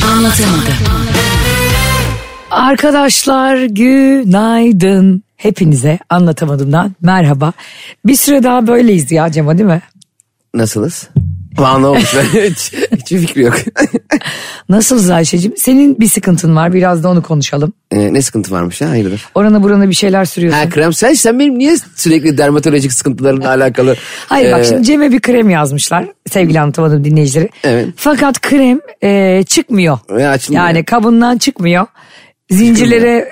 Anlatamadım. Arkadaşlar günaydın. Hepinize Anlatamadım'dan merhaba. Bir süre daha böyleyiz ya Cema, değil mi? Nasılız? Valla ne olmuş? Hiçbir fikri yok. Nasılız Ayşe'cim? Senin bir sıkıntın var, biraz da onu konuşalım. Ne sıkıntı varmış ya, hayırdır? Orana burana bir şeyler sürüyorsun. Ha, krem, sen benim niye sürekli dermatolojik sıkıntılarımla alakalı? Hayır bak, şimdi Cem'e bir krem yazmışlar sevgili Anlatamadım dinleyicileri. Evet. Fakat krem çıkmıyor. Yani kabından çıkmıyor. Zincirlere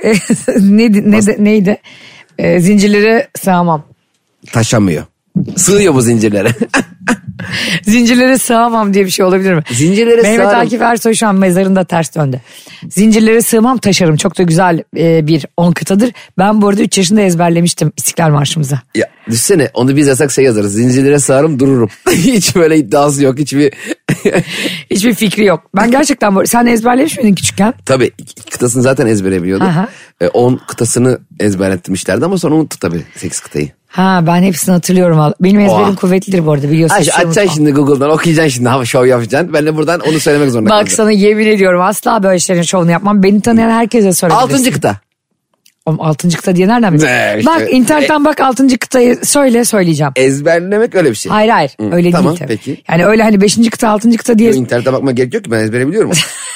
neydi? Zincirlere sığamam. Taşamıyor. Sığıyor bu zincirlere. Zincirlere sığamam diye bir şey olabilir mi? Zincirlere Mehmet sığarım. Akif Ersoy şu an mezarında ters döndü. Zincirlere sığmam taşarım. Çok da güzel bir 10 kıtadır. Ben bu arada 3 yaşında ezberlemiştim İstiklal Marşımıza. Ya düşsene, onu biz yasak yazarız. Zincirlere sığarım dururum. Hiç böyle iddiası yok. Hiçbir fikri yok. Ben gerçekten sen ezberlemiş miydin küçükken? Tabii kıtasını zaten ezbere biliyordum. 10 kıtasını ezberlettirmişlerdi ama sonra unuttu tabii 8 kıtayı. Ha, ben hepsini hatırlıyorum. Benim ezberim kuvvetlidir bu arada, biliyorsun. Açacaksın şimdi Google'dan, okuyacaksın şimdi, hava şov yapacaksın. Ben de buradan onu söylemek zorunda kalacağım. Bak sana yemin ediyorum, asla böyle şeylerin şovunu yapmam. Beni tanıyan herkese sorabilirsin. 6. kıta. 6. kıta diye nereden biliyorsun? İşte. Bak internetten bak, 6. kıtayı söyleyeceğim. Ezberlemek öyle bir şey. Hayır öyle tamam, değil tabii. Peki. Yani öyle hani 5. kıta 6. kıta diye. İnternete bakma gerek yok ki, ben ezbere biliyorum.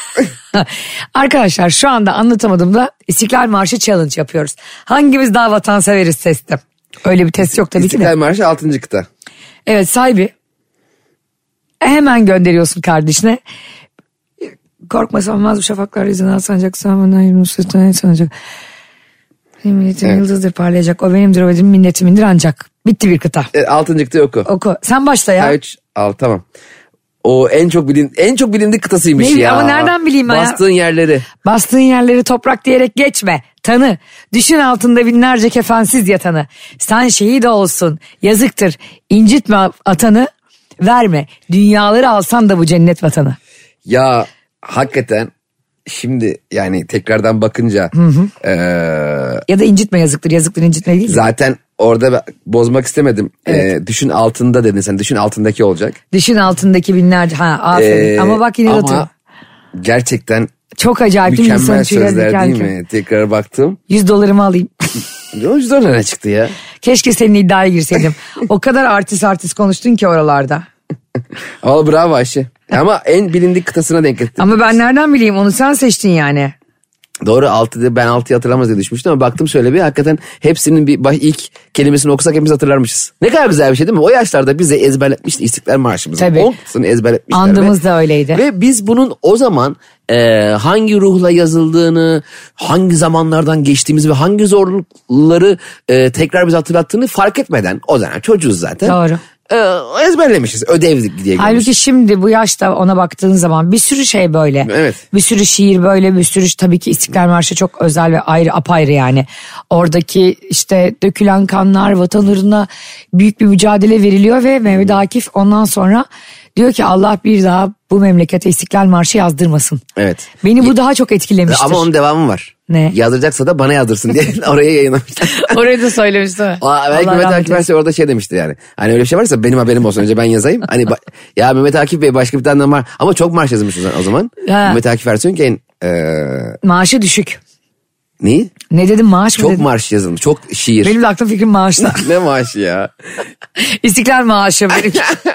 Arkadaşlar şu anda Anlatamadım'da İstiklal Marşı Challenge yapıyoruz. Hangimiz daha vatanseveriz testte? Öyle bir test yok tabii ki de. İstiklal Marşı 6. kıta. Evet, sahibi. Hemen gönderiyorsun kardeşine. Korkma sanmaz bu şafaklar yüzünden alsanacak. Sağımından yürümüşsüzden sanacak. Benim milletim yıldızdır parlayacak. O benimdir, o benim milletimindir ancak. Bitti bir kıta. 6. kıta oku. Oku. Sen başla ya. 3, 6 tamam. O en çok bilindik kıtasıymış ne, ya. Ama nereden bileyim ben ya? Bastığın yerleri. Bastığın yerleri toprak diyerek geçme. Tanı. Düşün altında binlerce kefensiz yatanı. Sen şehit olsun. Yazıktır. İncitme atanı. Verme. Dünyaları alsan da bu cennet vatanı. Ya hakikaten şimdi yani tekrardan bakınca. Ya da incitme, yazıktır. Yazıktır, incitme değil mi? Zaten orada bozmak istemedim. Evet. Düşün altında dedin sen. Düşün altındaki olacak. Düşün altındaki binlerce. Ha, aferin. Ama bak yine ama gerçekten çok acayip, mükemmel sözler değil mi? Tekrar baktım. $100 alayım. $100 ne çıktı ya? Keşke senin iddiaya girseydim. O kadar artist konuştun ki oralarda. Valla bravo Ayşe. Ama en bilindik kıtasına denk ettim. Ama ben nereden bileyim, onu sen seçtin yani. Doğru, 6'da ben 6'yı hatırlamaz diye düşmüştüm ama baktım şöyle bir, hakikaten hepsinin ilk kelimesini okusak hepimiz hatırlarmışız. Ne kadar güzel bir şey değil mi? O yaşlarda bize ezberletmişti İstiklal Marşımızı. Tabii. 10 kısmını ezberletmişler. Andımız da öyleydi. Ve biz bunun o zaman hangi ruhla yazıldığını, hangi zamanlardan geçtiğimizi ve hangi zorlukları tekrar bize hatırlattığını fark etmeden, o zaman çocuğuz zaten. Doğru. Ezberlemişiz, ödev diye görmüşüz. Halbuki şimdi bu yaşta ona baktığın zaman bir sürü şey böyle. Evet. Bir sürü şiir böyle, bir sürü, tabii ki İstiklal Marşı çok özel ve apayrı yani. Oradaki işte dökülen kanlar, vatan uğruna büyük bir mücadele veriliyor ve Mehmet Akif ondan sonra diyor ki Allah bir daha bu memlekete İstiklal Marşı yazdırmasın. Evet. Beni bu daha çok etkilemiştir. Ama onun devamı var. Ne? Yazdıracaksa da bana yazdırsın diye oraya yayınlamışlar. Orayı da söylemişti. Belki Mehmet Akif Ersoy orada şey demişti yani. Hani öyle bir şey varsa benim haberim olsun, önce ben yazayım. Hani ya Mehmet Akif Bey başka bir tane var. Ama çok marş yazmış o zaman. Mehmet Akif Ersoy'un ki maaşı düşük. Neyi? Ne dedim, maaş mı çok dedim? Çok marş yazılmış, çok şiir. Benim de aklım fikrim maaşta. Ne maaşı ya? İstiklal maaşı benim.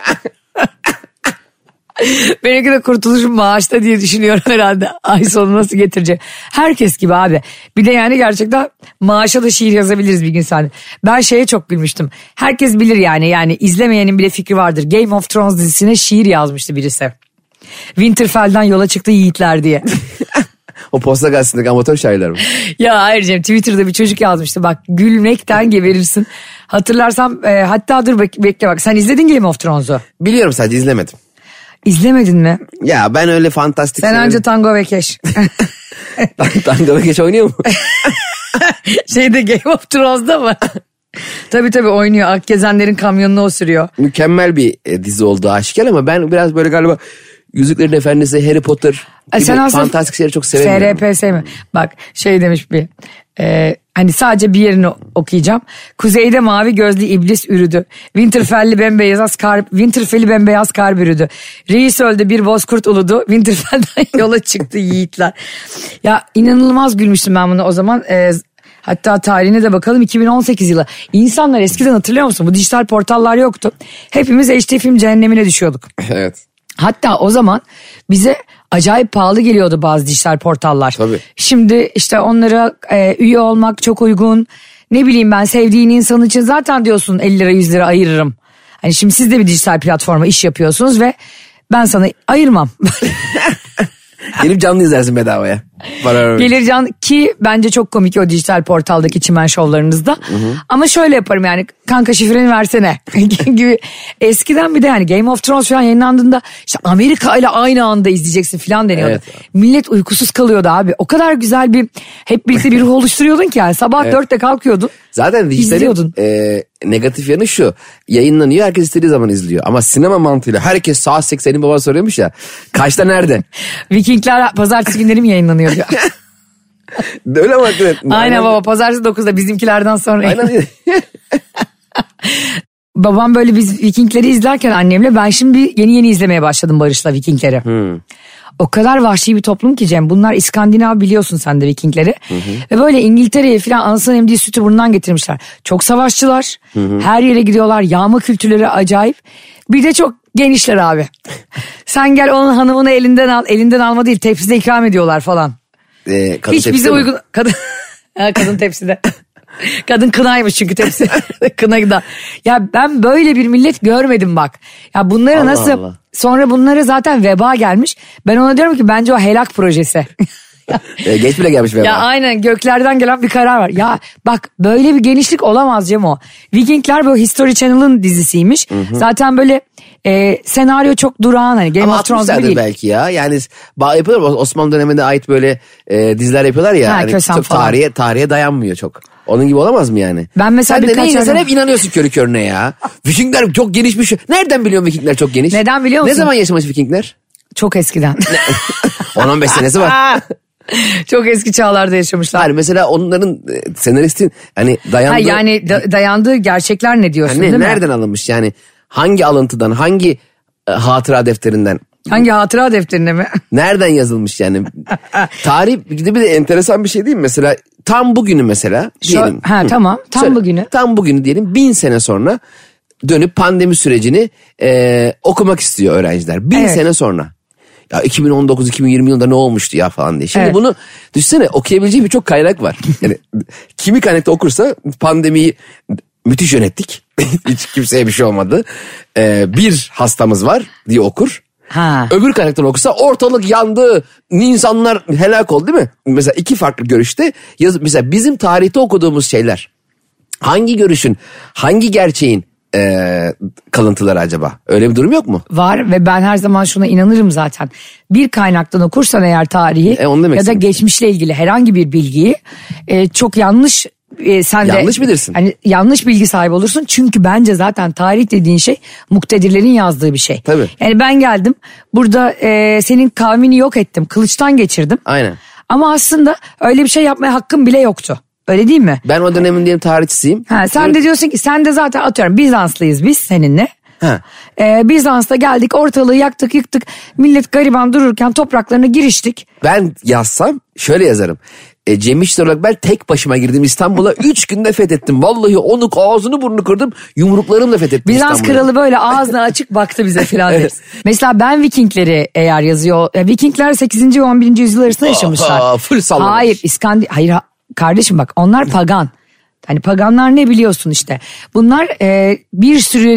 Benimki de kurtuluşum maaşta diye düşünüyorum herhalde. Ay sonu nasıl getireceğim. Herkes gibi abi. Bir de yani gerçekten maaşa da şiir yazabiliriz bir gün sen. Ben şeye çok gülmüştüm. Herkes bilir yani izlemeyenin bile fikri vardır. Game of Thrones dizisine şiir yazmıştı birisi. Winterfell'den yola çıktı yiğitler diye. O Posta Gazetesi'ndeki amatör şairler mi? Ya hayır Cem, Twitter'da bir çocuk yazmıştı. Bak gülmekten geberirsin. Hatırlarsam hatta dur bekle bak. Sen izledin Game of Thrones'u. Biliyorum, sadece izlemedim. İzlemedin mi? Ya ben öyle fantastik... Sen anca Tango ve Keş. Tango ve Keş oynuyor mu? Şeyde Game of Thrones'da mı? Tabii oynuyor. Akgezenlerin kamyonunu o sürüyor. Mükemmel bir dizi oldu aşikar ama ben biraz böyle galiba Yüzüklerin Efendisi, Harry Potter gibi fantastik şeyleri çok sevemiyorum. SRP sevme. Bak şey demiş bir Hani sadece bir yerini okuyacağım. Kuzeyde mavi gözlü iblis ürüdü. Winterfell'li bembeyaz kar bürüdü. Reis öldü, bir bozkurt uludu. Winterfell'den yola çıktı yiğitler. Ya inanılmaz gülmüştüm ben bunu o zaman. Hatta tarihine de bakalım, 2018 yılı. İnsanlar eskiden, hatırlıyor musun? Bu dijital portallar yoktu. Hepimiz HD film cehennemine düşüyorduk. Evet. Hatta o zaman bize acayip pahalı geliyordu bazı dijital portallar. Tabii. Şimdi işte onlara üye olmak çok uygun. Ne bileyim ben, sevdiğin insan için zaten diyorsun 50 lira 100 lira ayırırım. Hani şimdi siz de bir dijital platforma iş yapıyorsunuz ve ben sana ayırmam. Gelip canlı izlersin bedavaya. Gelir can, ki bence çok komik o dijital portaldaki çimen şovlarınızda. Ama şöyle yaparım yani, kanka şifreni versene gibi. Eskiden bir de yani Game of Thrones falan yayınlandığında işte Amerika ile aynı anda izleyeceksin falan deniyordu. Evet. Millet uykusuz kalıyordu abi. O kadar güzel bir, hep birlikte bir ruh oluşturuyordun ki yani sabah 4'te kalkıyordun. Zaten dijitalin negatif yanı şu: yayınlanıyor, herkes istediği zaman izliyor. Ama sinema mantığıyla herkes saat 80'in baba soruyormuş ya. Kaçta nerede? Vikingler pazartesi günleri mi yayınlanıyor diyor. Öyle mi? Aynen baba, pazartesi 9'da bizimkilerden sonra. Aynen. Babam böyle, biz Vikingleri izlerken annemle, ben şimdi yeni izlemeye başladım Barış'la Vikingleri. O kadar vahşi bir toplum ki Cem. Bunlar İskandinav, biliyorsun sen de Vikingleri. Ve böyle İngiltere'ye falan anasının emdiği sütü burnundan getirmişler. Çok savaşçılar. Her yere gidiyorlar. Yağma kültürleri acayip. Bir de çok genişler abi. Sen gel onun hanımını elinden al. Elinden alma değil, tepside ikram ediyorlar falan. Hiç bize uygun. Kadın tepside. Kadın kınaymış çünkü tepsi. Kına. Ya ben böyle bir millet görmedim bak. Ya bunları Allah nasıl... Allah. Sonra bunlara zaten veba gelmiş. Ben ona diyorum ki bence o helak projesi. Geç bile gelmiş veba. Ya aynen, göklerden gelen bir karar var. Ya bak, böyle bir genişlik olamaz Cem o. Vikingler böyle History Channel'ın dizisiymiş. Zaten böyle senaryo çok durağan, hani Game of Thrones gibi değil. Belki ya. Yani yapıyorlar, Osmanlı döneminde ait böyle diziler yapıyorlar ya. Hani çok tarihe dayanmıyor çok. Onun gibi olamaz mı yani? Ben mesela sen de neyse, sen hep inanıyorsun körü körüne ya. Vikingler çok geniş bir şey. Nereden biliyorsun Vikingler çok geniş? Neden biliyor musun? Ne zaman yaşamış Vikingler? Çok eskiden. 10-15 senesi var. Çok eski çağlarda yaşamışlar. Hayır, mesela onların senaristin hani dayandığı... yani dayandığı gerçekler ne diyorsun, değil mi? Nereden alınmış yani? Hangi alıntıdan, hangi hatıra defterinden? Hangi hatıra defterinde mi? Nereden yazılmış yani? Tarih bir de enteresan bir şey değil mi? Mesela tam bugünü mesela diyelim. Tamam, bugünü. Tam bugünü diyelim, 1000 sene sonra dönüp pandemi sürecini okumak istiyor öğrenciler. 1000 sene sonra. Ya 2019-2020 yılında ne olmuştu ya falan diye. Şimdi bunu düşünsene, okuyabileceği birçok kaynak var. Yani kimi kaynakta okursa pandemiyi müthiş yönettik. Hiç kimseye bir şey olmadı. Bir hastamız var diye okur. Öbür kaynaktan okursa ortalık yandı, insanlar helak oldu, değil mi? Mesela iki farklı görüşte mesela bizim tarihte okuduğumuz şeyler, hangi görüşün, hangi gerçeğin kalıntıları acaba? Öyle bir durum yok mu? Var ve ben her zaman şuna inanırım zaten. Bir kaynaktan okursan eğer tarihi ya da geçmişle ilgili herhangi bir bilgiyi çok yanlış sen yanlış bilirsin. Hani yanlış bilgi sahibi olursun. Çünkü bence zaten tarih dediğin şey muktedirlerin yazdığı bir şey. Tabii. Yani ben geldim burada senin kavmini yok ettim. Kılıçtan geçirdim. Aynen. Ama aslında öyle bir şey yapmaya hakkım bile yoktu. Öyle değil mi? Ben o dönemin diyelim tarihçisiyim. Sen de diyorsun ki sen de zaten, atıyorum, Bizanslıyız biz seninle. Bizans'ta geldik, ortalığı yaktık yıktık. Millet gariban dururken topraklarına giriştik. Ben yazsam şöyle yazarım. Cem İşler olarak ben tek başıma girdim İstanbul'a. 3 günde fethettim. Vallahi onu ağzını burnunu kırdım. Yumruklarımla fethettim Bizans İstanbul'u. kralı böyle ağzını açık baktı bize filan deriz. Mesela ben Vikingleri eğer yazıyor. Vikingler 8. ve 11. yüzyıl arasında yaşamışlar. Full sallamış. Hayır, hayır kardeşim bak, onlar pagan. Hani paganlar ne biliyorsun işte. Bunlar bir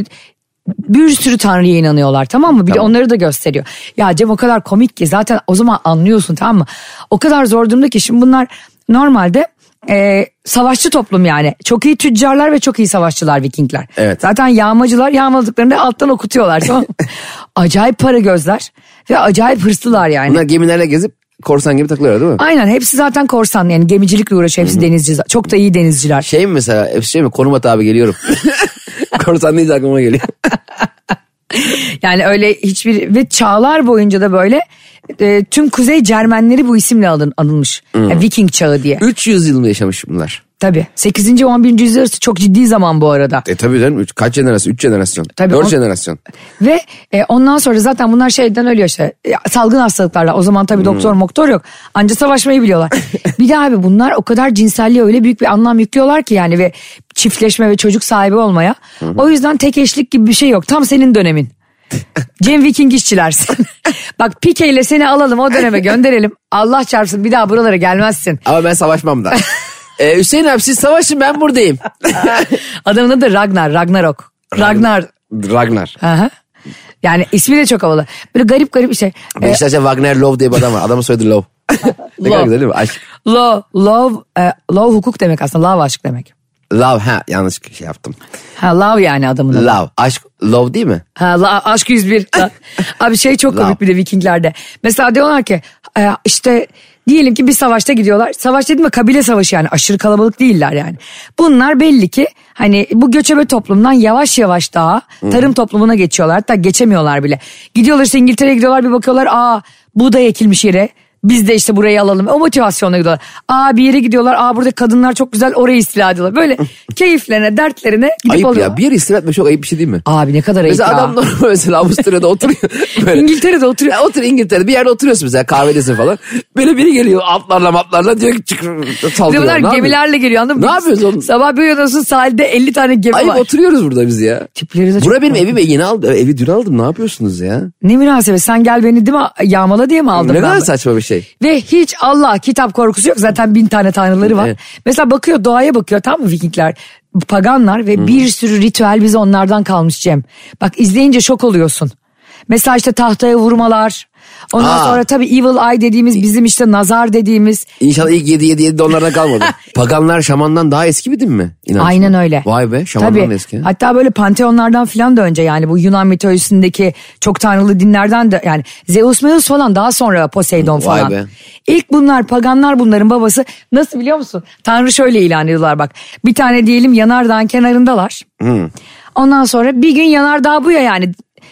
sürü tanrıya inanıyorlar, tamam mı? Bir de onları da gösteriyor. Ya Cem o kadar komik ki zaten o zaman anlıyorsun, tamam mı? O kadar zor durumda ki şimdi bunlar normalde savaşçı toplum yani. Çok iyi tüccarlar ve çok iyi savaşçılar Vikingler. Evet. Zaten yağmacılar yağmaladıklarında alttan okutuyorlar, tamam mı? Acayip para gözler ve acayip hırslılar yani. Bunlar gemilerle gezip korsan gibi takılıyorlar değil mi? Aynen, hepsi zaten korsan yani, gemicilikle uğraşıyor, hepsi denizci. Çok da iyi denizciler. Şey mi mesela, hepsi şey mi, konum at abi geliyorum. Korsan deyince aklıma geliyor. Yani öyle hiçbir, ve çağlar boyunca da böyle tüm Kuzey Cermenleri bu isimle anılmış. Yani Viking çağı diye. 300 yıl mı yaşamış bunlar? Tabii. 8. ve 11. yüzyıl arası çok ciddi zaman bu arada. Tabii canım. Kaç jenerasyon? 3 jenerasyon. Tabii 4 jenerasyon. Ve ondan sonra zaten bunlar şeyden ölüyor işte. Salgın hastalıklarla. O zaman tabii doktor yok. Anca savaşmayı biliyorlar. Bir de abi bunlar o kadar cinselliğe öyle büyük bir anlam yüklüyorlar ki yani ve çiftleşme ve çocuk sahibi olmaya. O yüzden tek eşlik gibi bir şey yok. Tam senin dönemin. Cem Viking işçilersin. Bak Pike ile seni alalım o döneme gönderelim. Allah çarpsın bir daha buralara gelmezsin. Ama ben savaşmam da. Hüseyin abi siz savaşın ben buradayım. Adamın adı Ragnarok. Ragnar. Aha. Yani ismi de çok havalı. Böyle garip bir şey. Beşiktaş'ta Wagner Love diye bir adam var. Adamın soyadı Love. Ne kadar güzel değil mi? Aşk. Love hukuk demek aslında. Love aşk demek. Love yanlış şey yaptım. Love yani adamın adı. Love. Aşk love değil mi? Aşk 101. Abi şey çok komik bir de Vikinglerde. Mesela diyorlar ki işte diyelim ki bir savaşta gidiyorlar. Savaş dedim mi kabile savaşı yani aşırı kalabalık değiller yani. Bunlar belli ki hani bu göçebe toplumdan yavaş yavaş daha tarım toplumuna geçiyorlar. Hatta geçemiyorlar bile. Gidiyorlar işte İngiltere'ye gidiyorlar bir bakıyorlar buğday ekilmiş yere. Biz de işte burayı alalım. O motivasyonla gidiyorlar. Bir yere gidiyorlar. Burada kadınlar çok güzel orayı istila ediyorlar. Böyle keyiflerine, dertlerine gidip ayıp alıyorlar. Ya bir yere istila etmek çok ayıp bir şey değil mi? Abi ne kadar ayıp mesela ya. Mesela adam normal mesela Avusturya'da oturuyor. Böyle. İngiltere'de oturuyor. Ya otur İngiltere'de bir yerde oturuyorsun mesela kahvedesin falan. Böyle biri geliyor atlarla diyor ki saldırıyor. Bunlar gemilerle geliyor anladın mı? Ne yapıyoruz oğlum? Sabah bir uyanıyorsun sahilde 50 tane gemi ayıp var. oturuyoruz burada biz ya. Tipleri de Bura benim evim yeni aldım. Evi dün aldım ne yapıyorsunuz ya? Ne münasebet sen gel beni değil mi yağmala diye mi aldın? Ne kadar saçma bir şey. Ve hiç Allah kitap korkusu yok zaten 1000 tane tanrıları var. Evet. Mesela bakıyor doğaya bakıyor tamam mı Vikingler? Paganlar ve bir sürü ritüel bize onlardan kalmış Cem. Bak izleyince şok oluyorsun. Mesela işte tahtaya vurmalar. Ondan sonra tabii evil eye dediğimiz bizim işte nazar dediğimiz. İnşallah ilk 7 de onlardan kalmadı. Paganlar şamandan daha eski mi değil mi? İnançlar. Aynen öyle. Vay be şamandan eski. Hatta böyle panteonlardan falan da önce yani bu Yunan mitolojisindeki çok tanrılı dinlerden de yani Zeus falan daha sonra Poseidon falan. Vay be. İlk bunlar paganlar bunların babası nasıl biliyor musun? Tanrı şöyle ilan ediyorlar bak. Bir tane diyelim yanardağın kenarındalar. Ondan sonra bir gün yanardağ bu ya yani.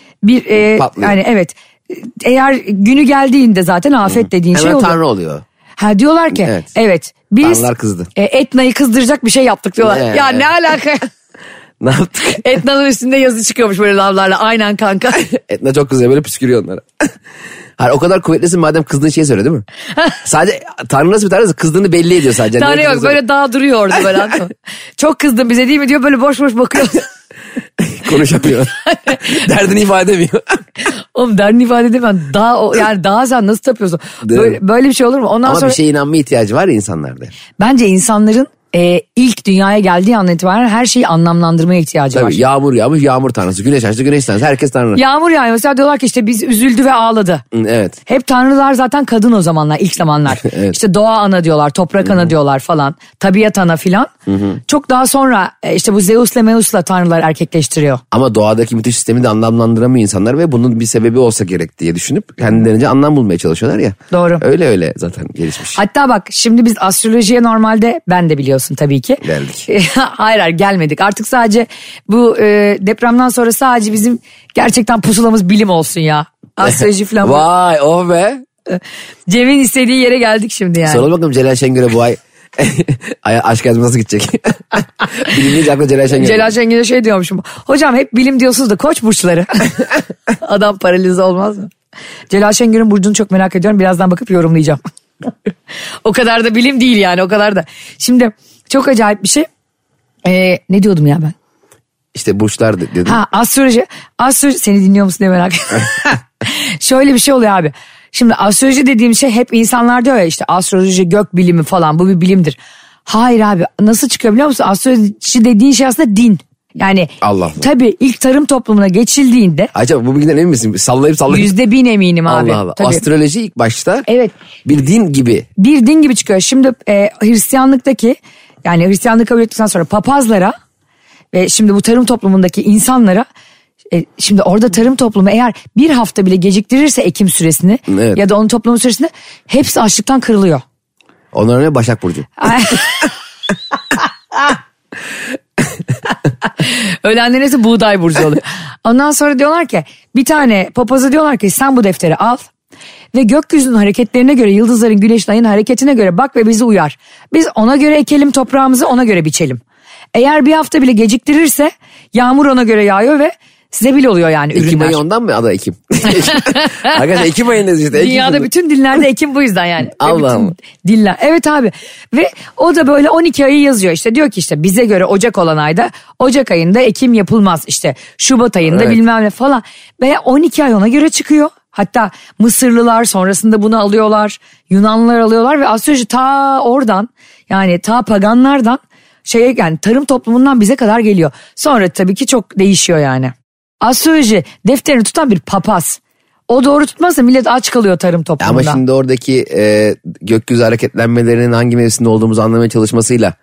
Yani evet. Eğer günü geldiğinde zaten afet dediğin şey oluyor. Hemen tanrı oluyor. Diyorlar ki evet biz tanrılar kızdı. Etna'yı kızdıracak bir şey yaptık diyorlar. Ya ne alaka? Ne yaptık? Etna'nın üstünde yazı çıkıyormuş böyle lavlarla aynen kanka. Etna çok kızıyor böyle püskürüyor onlara. Hayır o kadar kuvvetlisin madem kızdığın şeyi söyle değil mi? Sadece Tanrı nasıl bir tanrısı kızdığını belli ediyor sadece. Tanrı yok böyle daha duruyor orada böyle. Çok kızdın bize değil mi diyor böyle boş bakıyor. Konuşamıyor. Derdini ifade edemiyor. Oğlum derdini ifade edemem. Daha sen nasıl yapıyorsun? Böyle bir şey olur mu? Ama bir şeye inanma ihtiyacı var ya insanlarda. Bence insanların ilk dünyaya geldiği andan itibaren her şeyi anlamlandırmaya ihtiyacı var. Yağmur yağmış yağmur tanrısı. Güneş açtı güneş tanrısı. Herkes tanrı. Yağmur yağıyor. Mesela diyorlar ki işte biz üzüldü ve ağladı. Evet. Hep tanrılar zaten kadın o zamanlar ilk zamanlar. Evet. İşte doğa ana diyorlar, toprak ana diyorlar falan. Tabiat ana filan. Çok daha sonra işte bu Zeus'la Meus'la tanrılar erkekleştiriyor. Ama doğadaki müthiş sistemi de anlamlandıramıyor insanlar ve bunun bir sebebi olsa gerek diye düşünüp kendilerince anlam bulmaya çalışıyorlar ya. Doğru. Öyle zaten gelişmiş. Hatta bak şimdi biz astrolojiye normalde ben de biliyorsun tabii ki. Geldik. Hayır gelmedik. Artık sadece bu depremden sonra sadece bizim gerçekten pusulamız bilim olsun ya. Astroloji falan. Vay oh be. Cem'in istediği yere geldik şimdi yani. Soralım bakalım Celal Şengör'e bu ay aşk hayatım nasıl gidecek? Bilimci aklı Celal Şengör. Celal Şengör'e şey diyormuşum. Hocam hep bilim diyorsunuz da koç burçları. Adam paralize olmaz mı? Celal Şengör'ün burcunu çok merak ediyorum. Birazdan bakıp yorumlayacağım. O kadar da bilim değil yani o kadar da. Şimdi çok acayip bir şey. Ne diyordum ya ben? İşte burçlar dedim. Astroloji seni dinliyor musun diye merak ediyorum. Şöyle bir şey oluyor abi. Şimdi astroloji dediğim şey hep insanlar diyor ya işte astroloji gök bilimi falan bu bir bilimdir. Hayır abi nasıl çıkıyor biliyor musun? Astroloji dediğin şey aslında din. Yani Allah. Tabii ilk tarım toplumuna geçildiğinde. Acaba bu bilgiden emin misin? Sallayıp. %1000 eminim abi. Allah. Tabii. Astroloji ilk başta bir din gibi. Bir din gibi çıkıyor. Şimdi Hristiyanlıktaki yani Hristiyanlığı kabul ettikten sonra papazlara ve şimdi bu tarım toplumundaki insanlara şimdi orada tarım toplumu eğer bir hafta bile geciktirirse ekim süresini ya da onun toplumu süresini hepsi açlıktan kırılıyor. Onların ne Başak Burcu? Ölenlerin hepsi buğday burcu oluyor. Ondan sonra diyorlar ki bir tane papaza diyorlar ki sen bu defteri al ve gökyüzünün hareketlerine göre, yıldızların, güneşin, ayın hareketine göre bak ve bizi uyar. Biz ona göre ekelim toprağımızı, ona göre biçelim. Eğer bir hafta bile geciktirirse yağmur ona göre yağıyor ve size oluyor yani ürünler. Ekim ayı ondan mı adı Ekim? Arkadaşlar Ekim ayındayız işte. Dünyada bütün dillerde Ekim bu yüzden yani. Allah'ım. Diller. Evet abi. Ve o da böyle 12 ayı yazıyor işte. Diyor ki işte bize göre Ocak olan ayda, Ocak ayında Ekim yapılmaz. İşte Şubat ayında bilmem ne falan. Ve 12 ay ona göre çıkıyor. Hatta Mısırlılar sonrasında bunu alıyorlar. Yunanlılar alıyorlar ve astroloji ta oradan, yani ta paganlardan yani tarım toplumundan bize kadar geliyor. Sonra tabii ki çok değişiyor yani. Astroloji defterini tutan bir papaz. O doğru tutmazsa millet aç kalıyor tarım toplumunda. Ama şimdi oradaki gökyüzü hareketlenmelerinin hangi mevsimde olduğumuzu anlamaya çalışmasıyla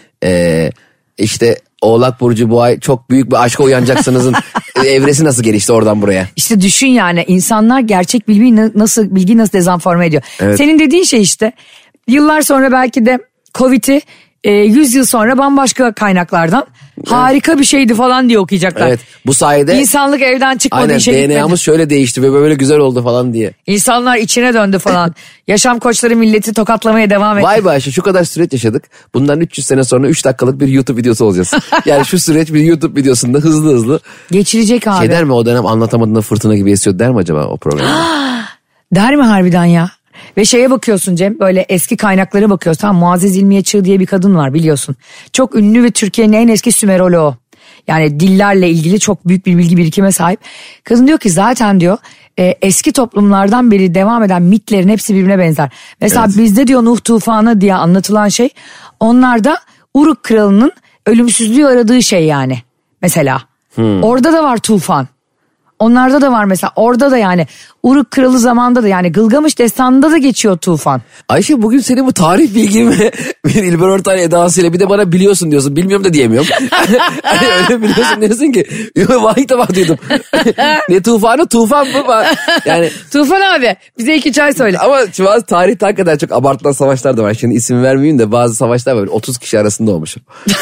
işte Oğlak Burcu bu ay çok büyük bir aşka uyanacaksınızın evresi nasıl gelişti oradan buraya? İşte düşün yani, insanlar gerçek bilgiyi nasıl dezenforme ediyor. Evet. Senin dediğin şey işte yıllar sonra belki de Covid'i 100 yıl sonra bambaşka kaynaklardan harika bir şeydi falan diye okuyacaklar. Evet, bu sayede İnsanlık evden çıkmadı, aynen, işe DNA'mız gitmedi. şöyle değişti ve böyle güzel oldu falan diye. İnsanlar içine döndü falan. Yaşam koçları milleti tokatlamaya devam etti. Vay be Ayşe, şu kadar süreç yaşadık. Bundan 300 sene sonra 3 dakikalık bir YouTube videosu olacağız. Yani şu süreç bir YouTube videosunda hızlı geçirecek abi. Şey der mi, o dönem anlatamadığında fırtına gibi esiyor der mi acaba o programda? Der mi harbiden ya? Ve şeye bakıyorsun Cem, böyle eski kaynaklara bakıyorsun. Tamam, Muazzez İlmiye Çığ diye bir kadın var biliyorsun. Çok ünlü ve Türkiye'nin en eski Sümeroloğu. Yani dillerle ilgili çok büyük bir bilgi birikime sahip. Kadın diyor ki zaten diyor eski toplumlardan beri devam eden mitlerin hepsi birbirine benzer. Mesela bizde diyor Nuh tufanı diye anlatılan şey, onlarda Uruk kralının ölümsüzlüğü aradığı şey yani. Mesela orada da var tufan. Onlarda da var mesela, orada da yani Uruk kralı zamanında da, yani Gılgamış destanında da geçiyor tufan. Ayşe, bugün senin bu tarih bilgimi bir İlber Ortaylı edasıyla bir de bana biliyorsun diyorsun. Bilmiyorum da diyemiyorum. Hani öyle biliyorsun diyorsun ki. Vahit de bak diyordum. Ne tufanı, tufan mı? Yani, tufan abi bize 2 çay söyle. Ama bazı tarihte hakikaten çok abartılan savaşlar da var. Şimdi isim vermeyeyim de bazı savaşlar var. 30 kişi arasında olmuş.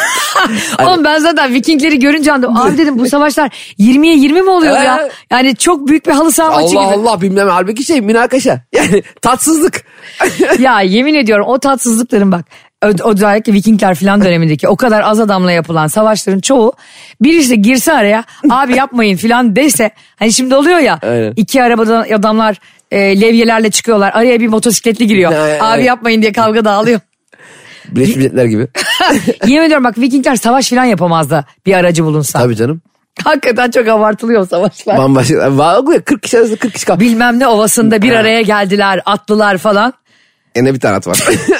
Oğlum ben zaten Vikingleri görünce anladım. Abi dedim bu savaşlar 20'ye 20 mi oluyor ya? Yani çok büyük bir halı saha maçı gibi. Allah bilmem, halbuki münakaşa. Yani tatsızlık. Ya yemin ediyorum o tatsızlıkların bak. Özellikle Vikingler falan dönemindeki o kadar az adamla yapılan savaşların çoğu, birisi girse araya abi yapmayın falan dese, hani şimdi oluyor ya. Aynen. 2 arabadan adamlar levyelerle çıkıyorlar, araya bir motosikletli giriyor. Abi yapmayın diye kavga dağılıyor. Birleşmiş Milletler gibi. Yemin ediyorum bak, Vikingler savaş falan yapamazdı bir aracı bulunsa. Tabii canım. Hakikaten çok abartılıyor savaşlar. Bambaşka. 40 kişi arasında 40 kişi kaldı. Bilmem ne ovasında bir araya geldiler, atlılar falan. Ne bir tane at var.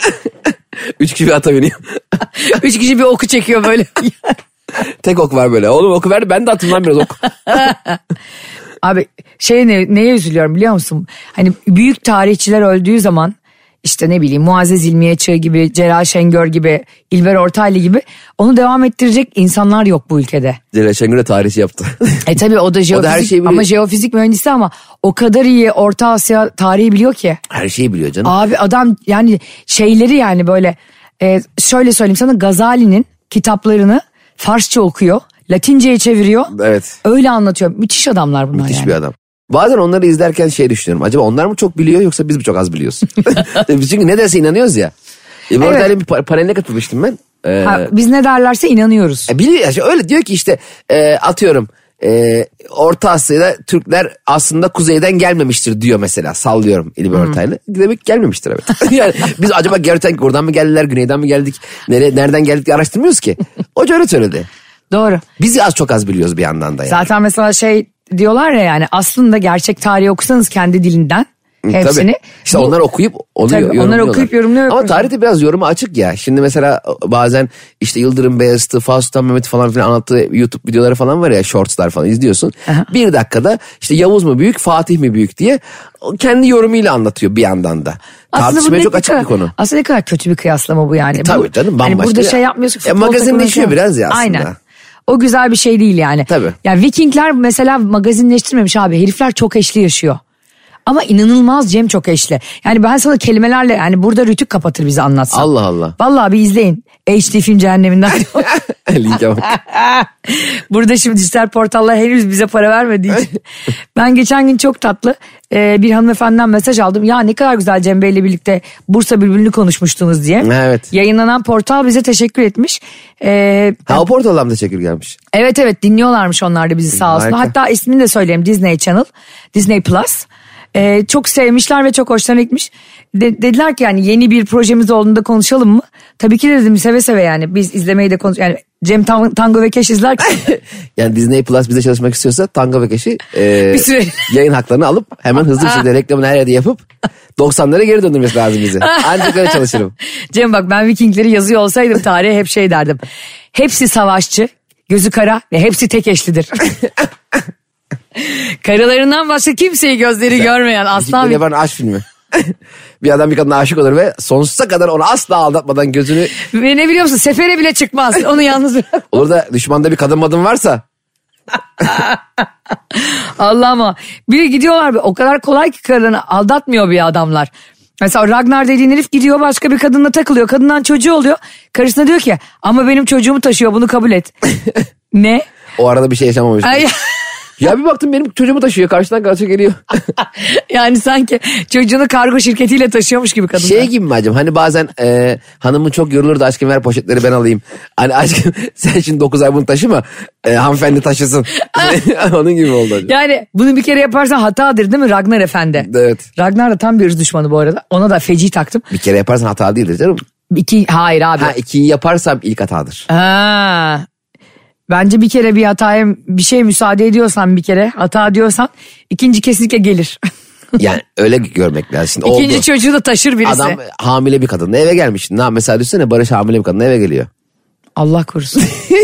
3 kişi bir ata biniyor. 3 kişi bir oku çekiyor böyle. Tek ok var böyle. Oğlum oku ver, ben de atayım lan biraz ok. Abi neye üzülüyorum biliyor musun? Hani büyük tarihçiler öldüğü zaman, işte ne bileyim Muazzez İlmiye Çığ gibi, Celal Şengör gibi, İlber Ortaylı gibi, onu devam ettirecek insanlar yok bu ülkede. Celal Şengör de tarihçi yaptı. Tabii o da jeofizik, ama jeofizik mühendisi, ama o kadar iyi Orta Asya tarihi biliyor ki. Her şeyi biliyor canım. Abi adam yani şeyleri, yani böyle şöyle söyleyeyim sana, Gazali'nin kitaplarını Farsça okuyor, Latince'ye çeviriyor. Evet. Öyle anlatıyor. Müthiş adamlar bunlar. Müthiş yani. Bir adam. Bazen onları izlerken düşünüyorum. Acaba onlar mı çok biliyor yoksa biz mi çok az biliyoruz? Çünkü ne derse inanıyoruz ya. Bu arada bir paneline katılmıştım ben. Biz ne derlerse inanıyoruz. Biliyor, öyle diyor ki işte atıyorum Orta Asya'da Türkler aslında kuzeyden gelmemiştir diyor mesela, sallıyorum İlber Ortaylı. Demek gelmemiştir evet. Yani biz acaba gerçekten oradan mı geldiler, güneyden mi geldik, nereden geldik diye araştırmıyoruz ki. Hoca öyle söyledi. Doğru. Biz çok az biliyoruz bir yandan da yani. Zaten mesela diyorlar ya, yani aslında gerçek tarihi okusanız kendi dilinden hepsini. Tabii. İşte onlar okuyup onu yorumluyorlar. Onlar okuyup yorumluyor. Ama tarihte biraz yoruma açık ya. Şimdi mesela bazen işte Yıldırım Beyazıt'ı, Fatih Sultan Mehmet'i falan filan anlattığı YouTube videoları falan var ya, shortslar falan izliyorsun. Aha. 1 dakikada işte Yavuz mu büyük, Fatih mi büyük diye kendi yorumuyla anlatıyor bir yandan da. Tartışmaya çok açık bir konu. Aslında ne kadar kötü bir kıyaslama bu yani. Tabii canım, bambaşka. Hani burada yapmıyorsun. Magazinleşiyor biraz ya aslında. Aynen. O güzel bir şey değil yani. Tabii. Ya Vikingler mesela magazinleştirmemiş abi. Herifler çok eşli yaşıyor. Ama inanılmaz Cem, çok eşli. Yani ben sana kelimelerle, yani burada Rütük kapatır bizi anlatsam. Allah Allah. Vallahi bir izleyin. HD film cehenneminden. Linke bak. Burada şimdi dijital portallar henüz bize para vermediği için. Ben geçen gün çok tatlı bir hanımefendiden mesaj aldım. Ya ne kadar güzel Cem Bey'le birlikte Bursa Bülbülü'nü konuşmuştunuz diye. Evet. Yayınlanan portal bize teşekkür etmiş. O portaldan da teşekkür gelmiş. Evet dinliyorlarmış onlar da bizi sağ olsun. Hatta ismini de söyleyeyim, Disney Channel, Disney Plus. Çok sevmişler ve çok hoşlarına gitmiş. Dediler ki yani yeni bir projemiz olduğunda konuşalım mı? Tabii ki dedim, seve seve yani. Biz izlemeyi de yani Cem Tango ve Keş izlerken. Yani Disney Plus bize çalışmak istiyorsa Tango ve Keş'i bir süre yayın haklarını alıp hemen hızlı bir şekilde reklamını her yerde yapıp 90'lara geri döndürmesi lazım bize. Ancak öyle çalışırım. Cem bak, ben Vikingleri yazıyor olsaydım tarihe hep şey derdim. Hepsi savaşçı, gözü kara ve hepsi tek eşlidir. Karılarından başka kimseyi gözleri görmeyen aslan bir... yapan aşk filmi. Bir adam bir kadına aşık olur ve sonsuza kadar onu asla aldatmadan gözünü... Ve ne biliyor musun? Sefere bile çıkmaz. Onu yalnız bırak. Olur da düşmanda bir kadın varsa... Allah'ım, biri gidiyorlar, o kadar kolay ki karını aldatmıyor bir adamlar. Mesela Ragnar dediğin herif gidiyor başka bir kadınla takılıyor. Kadından çocuğu oluyor. Karısına diyor ki ama benim çocuğumu taşıyor, bunu kabul et. Ne? O arada bir şey yaşamamış. Ya bir baktım benim çocuğumu taşıyor, karşıdan karşı geliyor. Yani sanki çocuğunu kargo şirketiyle taşıyormuş gibi kadınlar. Şey gibi mi acaba, hani bazen hanımın çok yorulur da aşkım ver poşetleri ben alayım. Hani aşkım sen şimdi 9 ay bunu taşıma, hanımefendi taşısın. Onun gibi oldu acaba. Yani bunu bir kere yaparsan hatadır değil mi Ragnar Efendi? Evet. Ragnar da tam bir ırz düşmanı bu arada. Ona da feci taktım. Bir kere yaparsan hata değildir canım. Hayır abi. 2'yi yaparsam ilk hatadır. Bence bir kere bir hataya bir şey müsaade ediyorsan, bir kere hata diyorsan ikinci kesinlikle gelir. Yani öyle görmek lazım. Şimdi İkinci oldu. çocuğu da taşır birisi. Adam hamile bir kadınla eve gelmiş. Mesela düşünsene, Barış hamile bir kadınla eve geliyor. Allah korusun.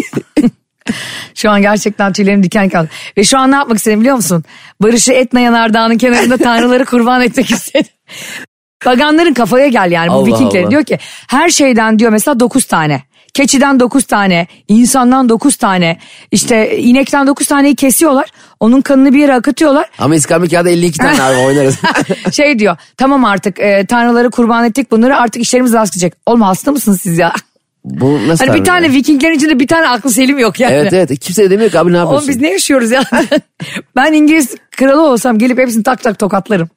Şu an gerçekten tüylerim diken kaldı. Ve şu an ne yapmak istedim biliyor musun? Barış'ı Etna Yanardağı'nın kenarında tanrıları kurban etmek istedim. Paganların kafaya gel yani, bu Allah Vikinglerin. Allah. Diyor ki her şeyden diyor mesela 9 tane. Keçiden 9 tane, insandan 9 tane, işte inekten 9 taneyi kesiyorlar. Onun kanını bir yere akıtıyorlar. Ama İskambil kağıda 52 tane abi oynarız. Şey diyor, tamam artık tanrıları kurban ettik bunları, artık işlerimiz rast gidecek. Oğlum hasta mısınız siz ya? Bu nasıl Hani bir tane Vikinglerin içinde bir tane aklı selim yok yani. Evet kimse de demiyor ki abi ne yapıyorsun? Oğlum biz ne yaşıyoruz ya? Ben İngiliz kralı olsam gelip hepsini tak tak tokatlarım.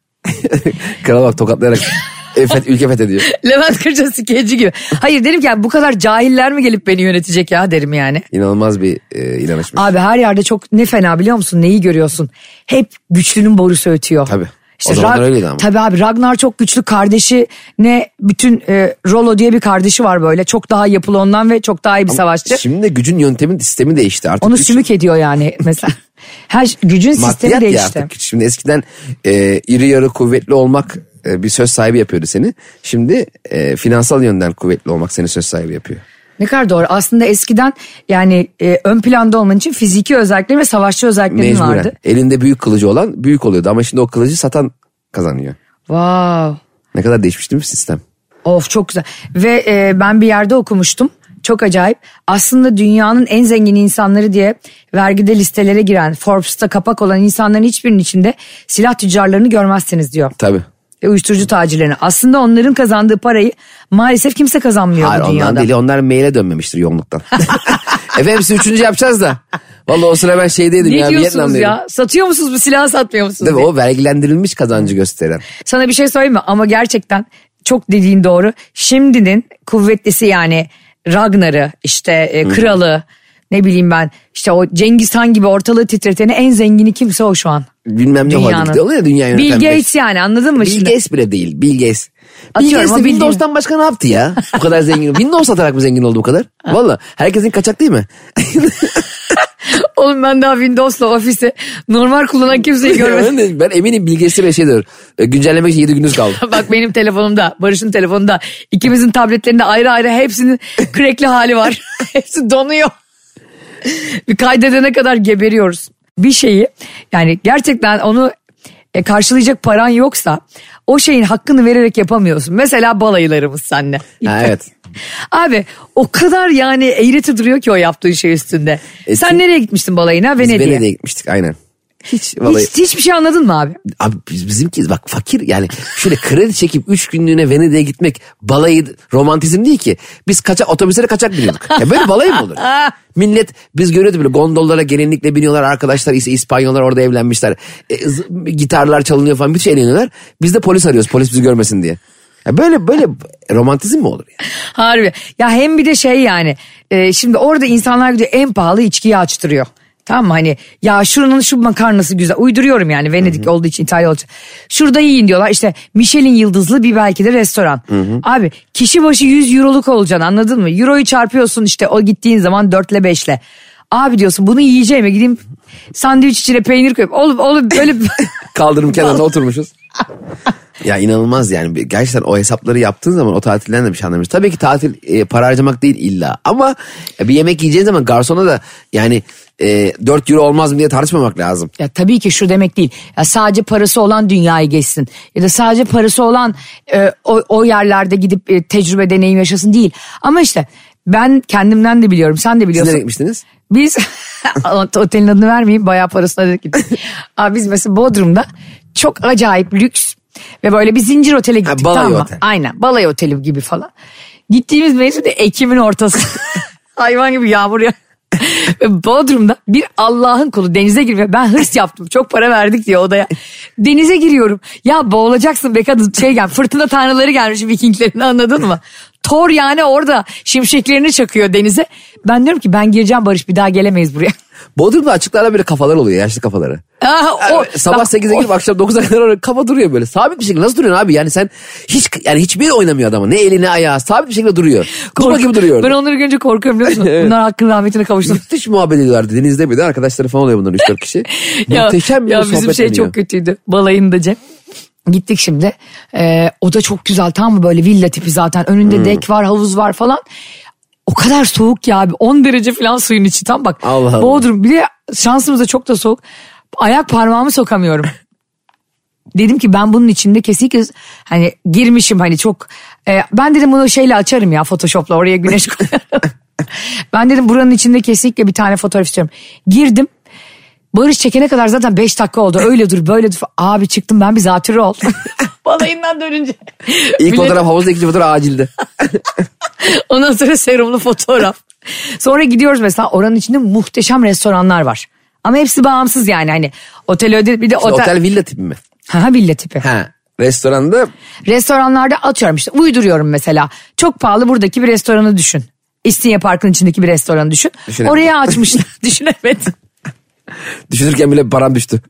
Kral bak tokatlayarak ülke fethediyor. Levent Kırca skeci gibi. Hayır derim ki yani bu kadar cahiller mi gelip beni yönetecek ya derim yani. İnanılmaz bir inanışmış. Abi her yerde çok ne fena biliyor musun? Neyi görüyorsun? Hep güçlünün borusu ötüyor. Tabii. İşte o zamanlar öyleydi ama. Tabii abi, Ragnar çok güçlü, kardeşi ne bütün Rollo diye bir kardeşi var böyle. Çok daha yapılı ondan ve çok daha iyi bir savaşçı. Şimdi de gücün yöntemin sistemi değişti artık. Onu sümük ediyor yani mesela. Her gücün sistemi değişti. Artık. Şimdi eskiden iri yarı kuvvetli olmak bir söz sahibi yapıyordu seni. Şimdi finansal yönden kuvvetli olmak seni söz sahibi yapıyor. Ne kadar doğru. Aslında eskiden yani ön planda olman için fiziki özelliklerin ve savaşçı özelliklerin Mecburen. vardı. Elinde büyük kılıcı olan büyük oluyordu ama şimdi o kılıcı satan kazanıyor. Wow. Ne kadar değişmiş değil mi sistem? Of çok güzel. Ve ben bir yerde okumuştum. Çok acayip. Aslında dünyanın en zengin insanları diye vergide listelere giren, Forbes'ta kapak olan insanların hiçbirinin içinde silah tüccarlarını görmezsiniz diyor. Tabii. Ve uyuşturucu tacirlerini. Aslında onların kazandığı parayı maalesef kimse kazanmıyor Hayır, bu dünyada. ondan değil, onlar maile dönmemiştir yoğunluktan. Efendim siz 3. yapacağız da. Vallahi o sıra ben şeydeydim ne ya. Ne diyorsunuz Vietnam'daydım. ya? Satıyor musunuz bu silahı, satmıyor musunuz? Değil mi? diye. O vergilendirilmiş kazancı gösteren. Sana bir şey söyleyeyim mi? Ama gerçekten çok dediğin doğru. Şimdinin kuvvetlisi yani Ragnar'ı, işte kralı, ne bileyim ben, işte o Cengiz Han gibi ortalığı titreteni en zengini kimse o şu an. Bilmem ne holdingde oluyor ya dünya yöneten. Bill Gates yani, anladın mı Bill şimdi? Gates bile değil. Bill Gates. Bill Atıyorum, Gates de o bildiğin. Windows'tan başka ne yaptı ya? Bu kadar zengin. Windows satarak mı zengin oldu bu kadar? Valla herkesin kaçak değil mi? Oğlum ben daha Windows'la Office'i normal kullanan kimseyi görmedim. Ben eminim Bill Gates'e bir şey diyor. Güncellemek için 7 gününüz kaldı. Bak benim telefonumda, Barış'ın telefonunda, ikimizin tabletlerinde ayrı ayrı hepsinin crackli hali var. Hepsi donuyor. Bir kaydedene kadar geberiyoruz. Bir şeyi yani gerçekten onu karşılayacak paran yoksa o şeyin hakkını vererek yapamıyorsun. Mesela balayılarımız seninle. Ha, evet. Abi o kadar yani eğreti duruyor ki o yaptığın şey üstünde. Sen nereye gitmiştin balayına? Biz Venedik'e. Venedik'e gitmiştik aynen. Vallahi. Hiçbir şey anladın mı abi? Abi bizimki bak fakir yani şöyle kredi çekip 3 günlüğüne Venedik'e gitmek balayı romantizm değil ki. Biz otobüslere kaçak biniyorduk. Ya böyle balayı mı olur? Millet biz görüyorduk böyle gondollara gelinlikle biniyorlar, arkadaşlar ise İspanyollar orada evlenmişler. Gitarlar çalınıyor falan, bir şey eğleniyorlar. Biz de polis arıyoruz, polis bizi görmesin diye. Ya böyle romantizm mi olur ya? Harbi. Ya hem bir de şey yani şimdi orada insanlar gidiyor en pahalı içkiyi açtırıyor. Tamam mı, hani ya şuranın şu makarnası güzel, uyduruyorum yani Venedik olduğu için, İtalya olduğu için. Şurada yiyin diyorlar, işte Michelin yıldızlı bir belki de restoran. Abi kişi başı 100 euroluk olacaksın, anladın mı? Euroyu çarpıyorsun işte o gittiğin zaman 4 ile 5 ile. Abi diyorsun bunu yiyeceğime gideyim sandviç içine peynir koyup oğlum böyle. Kaldırım kenarına oturmuşuz. Ya inanılmaz yani, gerçekten o hesapları yaptığın zaman o tatilden de bir şey anlamıyorsun. Tabii ki tatil para harcamak değil illa, ama bir yemek yiyeceğin zaman garsona da yani 4 euro olmaz mı diye tartışmamak lazım. Ya tabii ki şu demek değil, ya sadece parası olan dünyayı geçsin ya da sadece parası olan o yerlerde gidip tecrübe deneyim yaşasın değil. Ama işte ben kendimden de biliyorum, sen de biliyorsun. Siz nereye gitmiştiniz? Biz otelin adını vermeyeyim, bayağı parasını ödedik gittik. Abi biz mesela Bodrum'da çok acayip lüks ve böyle bir zincir otele gittik. Balayı tamam mı? otel. Aynen, balayı oteli gibi falan. Gittiğimiz mevsim de Ekim'in ortası. Hayvan gibi yağmur ya. Ve Bodrum'da bir Allah'ın kulu denize giriyor. Ben hırs yaptım, çok para verdik diye odaya. Denize giriyorum. Ya boğulacaksın be kadın, fırtına tanrıları gelmiş Vikinglerin, anladın mı? Thor yani orada şimşeklerini çakıyor denize. Ben diyorum ki ben gireceğim Barış, bir daha gelemeyiz buraya. Bodrum'da açıklarda böyle kafalar oluyor, yaşlı kafaları. Sabah 8'e girip akşam 9'a kadar kafa duruyor böyle. Sabit bir şekilde nasıl duruyorsun abi? Yani sen hiçbir yere oynamıyor adamı. Ne eli ne ayağı, sabit bir şekilde duruyor. Kuba gibi duruyor. Ben onları görünce korkuyorum, biliyor musun? Evet. Bunlar hakkın rahmetine kavuştu. Müthiş muhabbet ediyorlardı denizde, bir de arkadaşları falan oluyor bunların 3-4 kişi. Muhteşem bir sohbet. Bizim şey çok kötüydü balayında Cem. Gittik şimdi o da çok güzel, tam mı böyle villa tipi zaten, önünde dek var, havuz var falan. O kadar soğuk ya abi, 10 derece falan suyun içi, tam bak. Allah Allah. Bodrum bir de şansımız da çok da soğuk. Ayak parmağımı sokamıyorum. Dedim ki ben bunun içinde kesinlikle hani girmişim, hani çok ben dedim bunu şeyle açarım ya, Photoshop'la oraya güneş koyarım. Ben dedim buranın içinde kesinlikle bir tane fotoğraf istiyorum. Girdim. Barış çekene kadar zaten 5 dakika oldu. Öyle dur böyle dur. Abi çıktım ben bir zatürre oldum. Balayından dönünce. İlk fotoğraf havuzda, ikinci fotoğraf acilde. Ondan sonra serumlu fotoğraf. Sonra gidiyoruz mesela, oranın içinde muhteşem restoranlar var. Ama hepsi bağımsız yani, hani otel öde, bir de otel villa tipi mi? Ha, villa tipi. Ha. Restoranda? Restoranlarda atıyorum işte, uyduruyorum mesela. Çok pahalı buradaki bir restoranı düşün. İstinye Park'ın içindeki bir restoranı düşün. Oraya açmışlar. Düşünemedim. Düşünürken bile param düştü.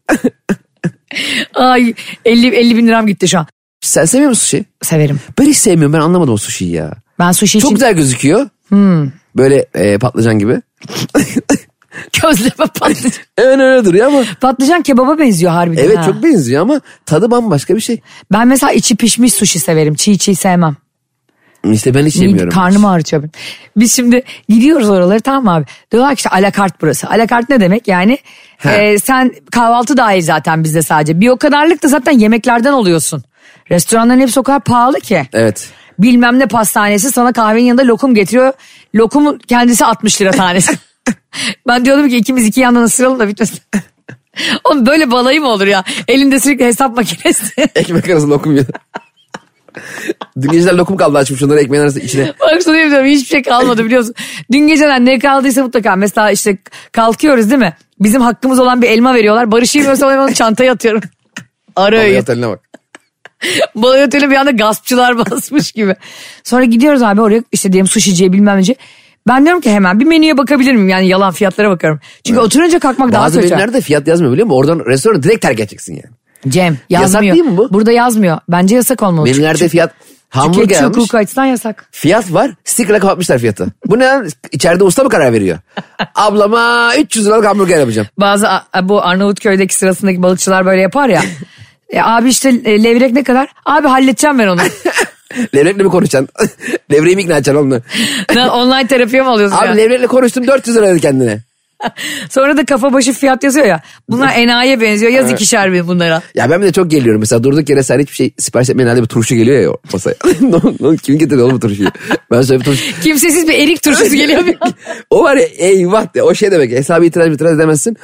Ay 50 bin liram gitti şu an. Sen seviyor musun sushi? Severim. Ben hiç sevmiyorum, ben anlamadım o sushi'yi ya. Ben sushi çok için... güzel gözüküyor. Böyle patlıcan gibi. Gözleme patlıcan. Evet öyle duruyor ama. Patlıcan kebaba benziyor harbiden. Evet çok benziyor ama tadı bambaşka bir şey. Ben mesela içi pişmiş sushi severim. Çiğ sevmem. İşte ben hiç yemiyorum. Karnım ağrıtıyor benim. Biz şimdi gidiyoruz oraları, tamam mı abi? Diyorlar ki işte alakart burası. Alakart ne demek yani? Sen kahvaltı dahil zaten bizde sadece. Bir o kadarlık da zaten yemeklerden oluyorsun. Restoranların hepsi o kadar pahalı ki. Evet. Bilmem ne pastanesi sana kahvenin yanında lokum getiriyor. Lokumun kendisi 60 lira tanesi. Ben diyordum ki ikimiz iki yandan ısıralım da bitmesin. Oğlum böyle balayı mı olur ya? Elinde sürekli hesap makinesi. Ekmek arası lokum yiyor. Dün geceler lokum kaldı, açmış onları ekmeğin arasında içine. Bak sana diyorum, hiçbir şey kalmadı biliyorsun. Dün geceler ne kaldıysa mutlaka. Mesela işte kalkıyoruz değil mi? Bizim hakkımız olan bir elma veriyorlar. Barış yemiyorsa onu çantaya atıyorum. Arıyor. Oteline bak. Balay oteli bir anda gaspçılar basmış gibi. Sonra gidiyoruz abi oraya, işte diyelim suşiciye bilmem nece. Ben diyorum ki hemen bir menüye bakabilir miyim? Yani yalan fiyatlara bakıyorum. Çünkü oturunca kalkmak daha kötü. Bazı menülerde fiyat yazmıyor biliyor musun? Oradan restoranı direkt terk edeceksin yani. Cem yazmıyor. Yasak değil mi bu? Burada yazmıyor. Bence yasak olmalı. Menülerde fiyat hamburger almış. almış. Açısından yasak. Fiyat var, sticker'la kapatmışlar fiyatı. Bu ne lan? İçeride usta mı karar veriyor? Ablama 300 liralık hamburger yapacağım. Bazı bu Arnavutköy'deki sırasındaki balıkçılar böyle yapar ya. Abi işte levrek ne kadar? Abi halledeceğim ben onu. Levrekle mi konuşacaksın? Levreği mi ikna edeceksin onunla? Online terapiye mi alıyorsun? Abi ya? levrekle konuştum 400 lira dedi kendine. Sonra da kafa başı fiyat yazıyor ya. Bunlar enayiye benziyor. Yaz 2'şer bin bunlara. Ya ben de çok geliyorum. Mesela durduk yere sen hiçbir şey sipariş etmeyen halde bir turşu geliyor ya masaya. Kim getirdi oğlum bu turşuyu? Ben söyle bir turşu. Kimsesiz bir erik turşusu geliyor. O var ya eyvah de. O şey demek. Hesabı itiraz edemezsin.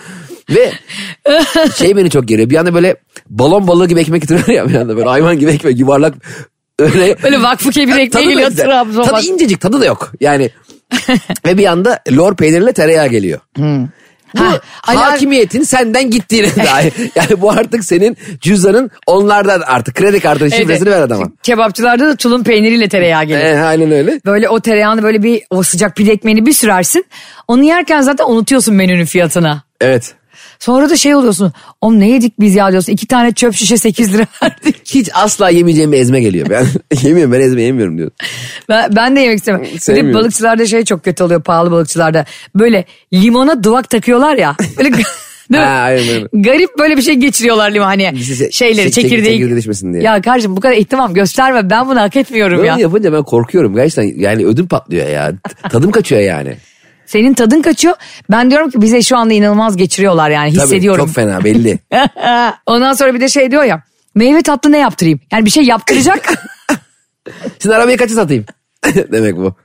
Ve şey beni çok geriyor. Bir anda böyle balon balığı gibi ekmek getiriyor ya, bir anda böyle hayvan gibi ekmek, yuvarlak. Böyle vakfı kebir ekmeği geliyor Trabzon. Tadı incecik, tadı da yok. Yani ve bir anda lor peynirle tereyağı geliyor. Bu hakimiyetin senden gittiğine dair. Yani bu artık senin cüzdanın, onlardan artık kredi kartı şifresini ver adama. Kebapçılarda da tulum peyniriyle tereyağı gelir. Aynen öyle. Böyle o tereyağını böyle bir, o sıcak pide ekmeğini bir sürersin. Onu yerken zaten unutuyorsun menünün fiyatına. Evet. Sonra da şey oluyorsun. Oğlum ne yedik biz ya diyorsun. 2 tane çöp şişe 8 lira verdik. Hiç asla yemeyeceğim bir ezme geliyor. Ben yemiyorum, ben ezme yemiyorum diyor. Ben de yemek istemem. Bir de balıkçılarda şey çok kötü oluyor, pahalı balıkçılarda. Böyle limona duvak takıyorlar ya. Böyle aynen. garip böyle bir şey geçiriyorlar limon, hani şeyleri, çekirdeği. Diye. Ya kardeşim bu kadar ihtimam gösterme, ben bunu hak etmiyorum böyle ya. Bunu yapınca ben korkuyorum gerçekten, yani ödüm patlıyor ya. Tadım kaçıyor yani. Senin tadın kaçıyor. Ben diyorum ki bize şu anda inanılmaz geçiriyorlar yani, hissediyorum. Tabii çok fena, belli. Ondan sonra bir de şey diyor ya, meyve tatlı ne yaptırayım? Yani bir şey yaptıracak. Şimdi arabayı kaça satayım? Demek bu.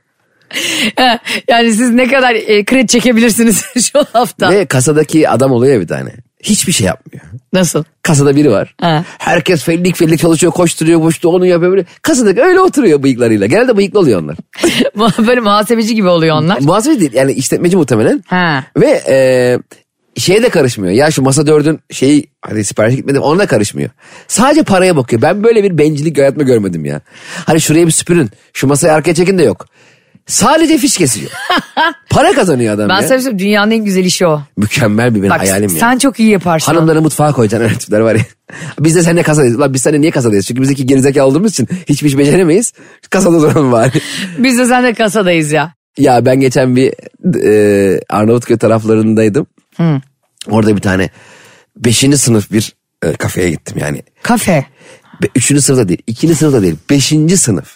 Yani siz ne kadar kredi çekebilirsiniz şu hafta? Ve kasadaki adam oluyor ya bir tane. Hiçbir şey yapmıyor. Nasıl? Kasada biri var. Ha. Herkes fellik çalışıyor, koşturuyor, onu yapıyor böyle. Kasadaki öyle oturuyor bıyıklarıyla. Genelde bıyıklı oluyor onlar. Böyle muhasebeci gibi oluyor onlar. Muhasebeci değil, yani işletmeci muhtemelen. Ha. Ve şeye de karışmıyor. Ya şu masa 4'ün şeyi, hadi sipariş gitmedim, ona da karışmıyor. Sadece paraya bakıyor. Ben böyle bir bencillik hayatımda görmedim ya. Hani şuraya bir süpürün, şu masayı arkaya çekin de yok. Sadece fiş kesiyor. Para kazanıyor adam ben ya. Ben sana dünyanın en güzel işi o. Mükemmel bir benim hayalim ya. Sen çok iyi yaparsın. Hanımları mutfağa koyacaksın, öyle tipler var ya. Biz de seninle kasadayız. Ulan biz seninle niye kasadayız? Çünkü biz iki gerizekalı olduğumuz için hiçbir iş beceremeyiz. Kasada duralım bari. Biz de seninle kasadayız ya. Ya ben geçen bir Arnavutköy taraflarındaydım. Orada bir tane 5. sınıf bir kafeye gittim yani. Kafe? 3. sınıfta değil, 2. sınıfta değil, 5. sınıf.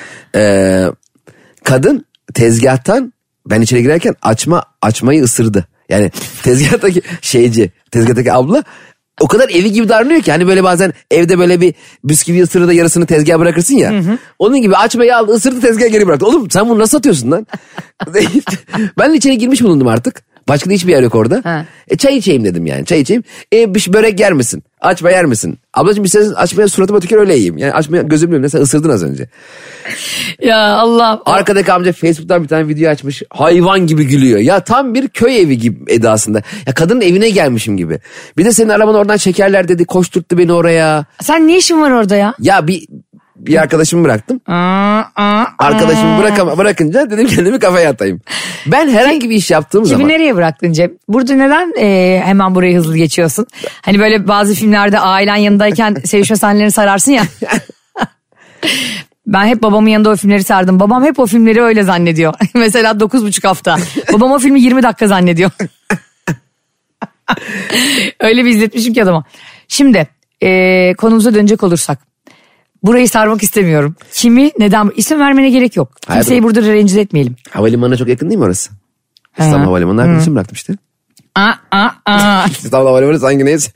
Kadın tezgahtan, ben içeri girerken açmayı ısırdı. Yani tezgahtaki abla o kadar evi gibi davranıyor ki, hani böyle bazen evde böyle bir bisküvi ısırır da yarısını tezgaha bırakırsın ya. Hı. Onun gibi açmayı aldı, ısırdı, tezgaha geri bıraktı. Oğlum sen bunu nasıl atıyorsun lan? Ben de içeri girmiş bulundum artık. Başka da hiçbir yer yok orada. Çay içeyim dedim yani, çay içeyim. Bir börek yer misin? Açma yer misin? Ablacığım istersen açmaya suratıma tükür öyle yiyeyim. Yani açmaya gözümle yiyeyim. Sen ısırdın az önce. Ya Allah. Arkadaki amca Facebook'tan bir tane video açmış. Hayvan gibi gülüyor. Ya tam bir köy evi gibi edasında. Ya kadının evine gelmişim gibi. Bir de senin arabanı oradan çekerler dedi. Koşturttu beni oraya. Sen ne işin var orada ya? Ya bir arkadaşımı bıraktım. Arkadaşımı bırakınca dedim kendimi kafaya atayım. Ben herhangi bir iş yaptığım zaman. Kimi nereye bıraktın Cem? Burada neden hemen burayı hızlı geçiyorsun? Hani böyle bazı filmlerde ailen yanındayken sevişme sahnelerini sararsın ya. Ben hep babamın yanında o filmleri sardım. Babam hep o filmleri öyle zannediyor. Mesela 9,5 hafta. Babam o filmi 20 dakika zannediyor. Öyle bir izletmişim ki adama. Şimdi konumuza dönecek olursak. Burayı sarmak istemiyorum. Kimi, neden? İsim vermene gerek yok. Kimseyi burada rencide etmeyelim. Havalimanına çok yakın değil mi orası? İstanbul Havalimanı'na arkadaşım bıraktım işte. İstanbul Havalimanı sanki neyse.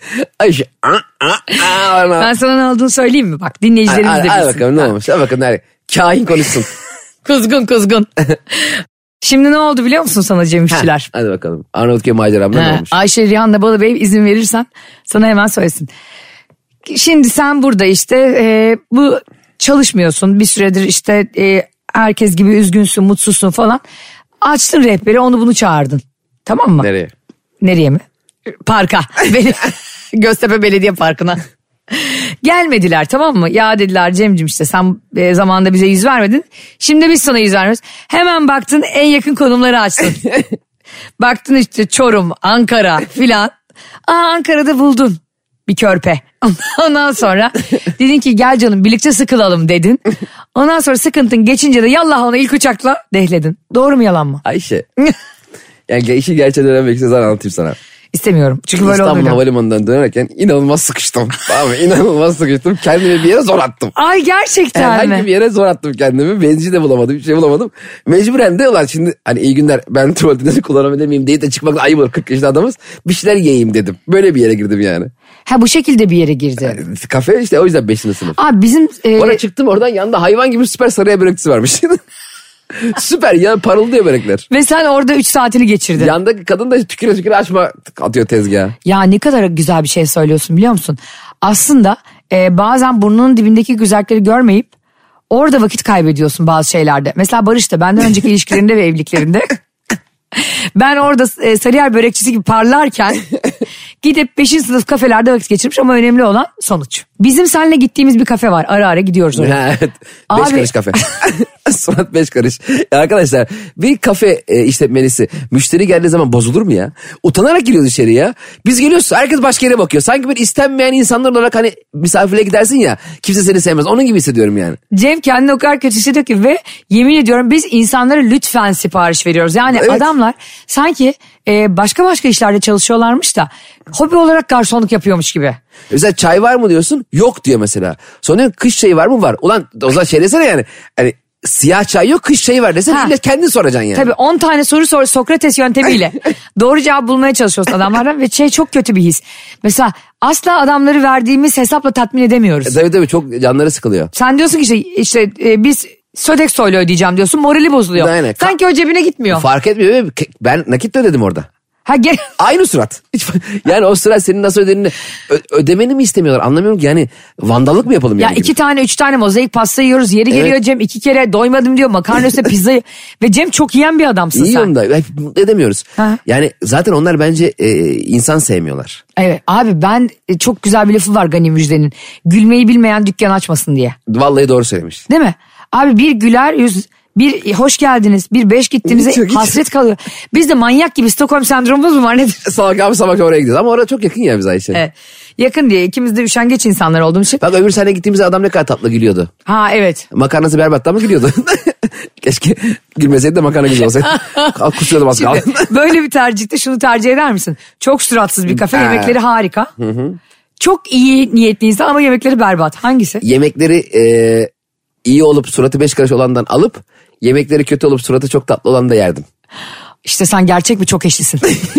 Ben sana ne olduğunu söyleyeyim mi? Bak dinleyicilerimiz de bilsin. Hadi bakalım ne olmuş. Hadi bakalım kahin konuşsun. Kuzgun. Şimdi ne oldu biliyor musun sana Cem İşçiler? Hadi bakalım. Arnavutköy maceramda ne olmuş? Ayşe Rihanna Balıbey izin verirsen sana hemen söylesin. Şimdi sen burada işte bu çalışmıyorsun bir süredir, işte herkes gibi üzgünsün, mutsuzsun falan. Açtın rehberi, onu bunu çağırdın. Tamam mı? Nereye? Nereye mi? Parka. Göztepe Belediye Parkı'na. Gelmediler, tamam mı? Ya dediler Cem'cim işte sen zamanında bize yüz vermedin. Şimdi biz sana yüz vermiyoruz. Hemen baktın en yakın konumları açtın. Baktın işte Çorum, Ankara filan. Ankara'da buldun bir körpe. Ondan sonra dedin ki gel canım birlikte sıkılalım dedin. Ondan sonra sıkıntın geçince de yallah ona ilk uçakla dehledin. Doğru mu yalan mı? Ayşe. Yani işi gerçekten öğrenmek istiyorsan anlatayım sana. İstemiyorum. Çünkü böyle İstanbul oluyor. Havalimanı'ndan dönerken inanılmaz sıkıştım. Tamam mı? İnanılmaz sıkıştım. Kendimi bir yere zor attım. Ay gerçekten mi? Herhangi bir yere zor attım kendimi. Benzin de bulamadım. Bir şey bulamadım. Mecburen de ulan şimdi hani iyi günler ben tuvaletini kullanabilir miyim deyip de çıkmakla ayıp olur. 40 yaşında adamız. Bir şeyler yiyeyim dedim. Böyle bir yere girdim yani. Ha bu şekilde bir yere girdi. Yani, kafe işte o yüzden 5. sınıf. Abi bizim... Oraya çıktım, oradan yanında hayvan gibi süper sarıya börektisi varmış. Süper ya, parıldıyor börekler. Ve sen orada 3 saatini geçirdin. Yandaki kadın da tüküre açma atıyor tezgaha. Ya ne kadar güzel bir şey söylüyorsun biliyor musun? Aslında bazen burnunun dibindeki güzellikleri görmeyip orada vakit kaybediyorsun bazı şeylerde. Mesela Barış da benden önceki ilişkilerinde ve evliliklerinde ben orada Sarıyer börekçisi gibi parlarken gidip 5. sınıf kafelerde vakit geçirmiş ama önemli olan sonuç. Bizim seninle gittiğimiz bir kafe var. Ara ara gidiyoruz oraya. Evet. 5 karış kafe. Surat 5 karış. Ya arkadaşlar bir kafe işletmenisi müşteri geldiği zaman bozulur mu ya? Utanarak giriyoruz içeri ya. Biz geliyoruz, herkes başka yere bakıyor. Sanki bir istenmeyen insanlar olarak hani misafirliğe gidersin ya. Kimse seni sevmez. Onun gibi hissediyorum yani. Cem kendini o kadar kötü hissediyor ki ve yemin ediyorum biz insanlara lütfen sipariş veriyoruz. Yani evet. Adamlar sanki başka işlerde çalışıyorlarmış da hobi olarak garsonluk yapıyormuş gibi. Mesela çay var mı diyorsun? Yok diyor mesela. Sonra diyor, kış çayı var mı? Var. Ulan o zaman şey desene yani. Hani siyah çay yok, kış çayı var desene. İlle kendin soracaksın yani. Tabii 10 tane soru sor Sokrates yöntemiyle. Doğru cevap bulmaya çalışıyorsun adamlardan ve çok kötü bir his. Mesela asla adamları verdiğimiz hesapla tatmin edemiyoruz. Tabii çok canları sıkılıyor. Sen diyorsun ki işte biz Sodexo'yla ödeyeceğim diyorsun, morali bozuluyor. Aynen. Sanki o cebine gitmiyor. Fark etmiyor. Ben nakit de ödedim orada. Aynı surat. Yani o surat senin nasıl ödediğini ödemeni mi istemiyorlar, anlamıyorum ki yani vandalık mı yapalım? Ya yani 2 tane 3 tane mozaik pasta yiyoruz, yeri geliyor Cem 2 kere doymadım diyor, makarna üstüne pizzayı ve Cem çok yiyen bir adamsın Yiyorum sen. da edemiyoruz. Yani zaten onlar bence insan sevmiyorlar. Evet abi, ben çok güzel bir lafı var Gani Müjde'nin, gülmeyi bilmeyen dükkan açmasın diye. Vallahi doğru söylemiş. Değil mi? Abi bir güler yüz, bir hoş geldiniz, bir 5 gittiğinizde hasret kalıyor. Biz de manyak gibi Stockholm sendromumuz mu var nedir? Sabah oraya gidiyoruz ama orada çok yakın ya biz Ayşe. Evet. Yakın diye ikimiz de üşengeç insanlar olduğumuz için. Bak öbür sene gittiğimizde adam ne kadar tatlı gülüyordu. Ha evet. Makarnası berbat ama gülüyordu. Keşke gülmeseydi de makarna güzel olsaydı. Kusuyordum az kaldı. Böyle bir tercihte şunu tercih eder misin? Çok suratsız bir kafe, yemekleri harika. Çok iyi niyetli insan ama yemekleri berbat. Hangisi? Yemekleri iyi olup suratı 5 karış olandan alıp yemekleri kötü olup suratı çok tatlı olan da yerdim. İşte sen gerçek bir çok eşlisin.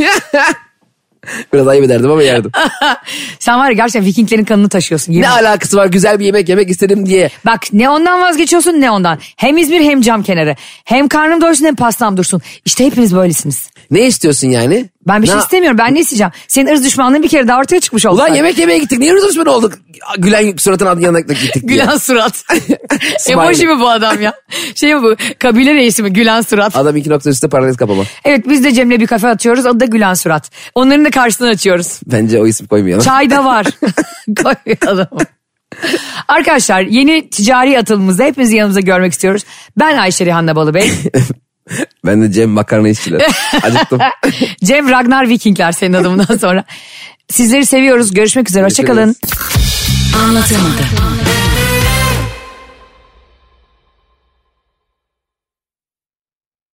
Biraz ayıp ederdim ama yerdim. Sen var ya gerçekten Vikinglerin kanını taşıyorsun. Ne alakası var güzel bir yemek istedim diye. Bak ne ondan vazgeçiyorsun ne ondan. Hem İzmir hem cam kenarı. Hem karnım doysun hem pastam dursun. İşte hepiniz böylesiniz. Ne istiyorsun yani? Ben bir şey istemiyorum. Ben ne isteyeceğim? Senin ırz düşmanlığın bir kere daha ortaya çıkmış oldu. Ulan yemek yemeye gittik. Niye ırz düşmanı olduk? Gülen suratın adının yanına gittik diye. Gülen surat. Emoji mi bu adam ya? Şey mi bu? Kabile reisi mi? Gülen surat. Adam 2 nokta üstte paralel kapama. Evet, biz de Cem'le bir kafe atıyoruz. Adı da Gülen surat. Onların da karşısına açıyoruz. Bence o isim koymayalım. Çay da var. Koyalım. Arkadaşlar yeni ticari atılımımızda hepinizi yanımıza görmek istiyoruz. Ben Ayşe Rihanna Balıbey. Ben de Cem Makarna İşçiler. Acıktım. Cem Ragnar Vikingler senin adımından sonra. Sizleri seviyoruz. Görüşmek üzere. Hoşçakalın. Anlatamadım.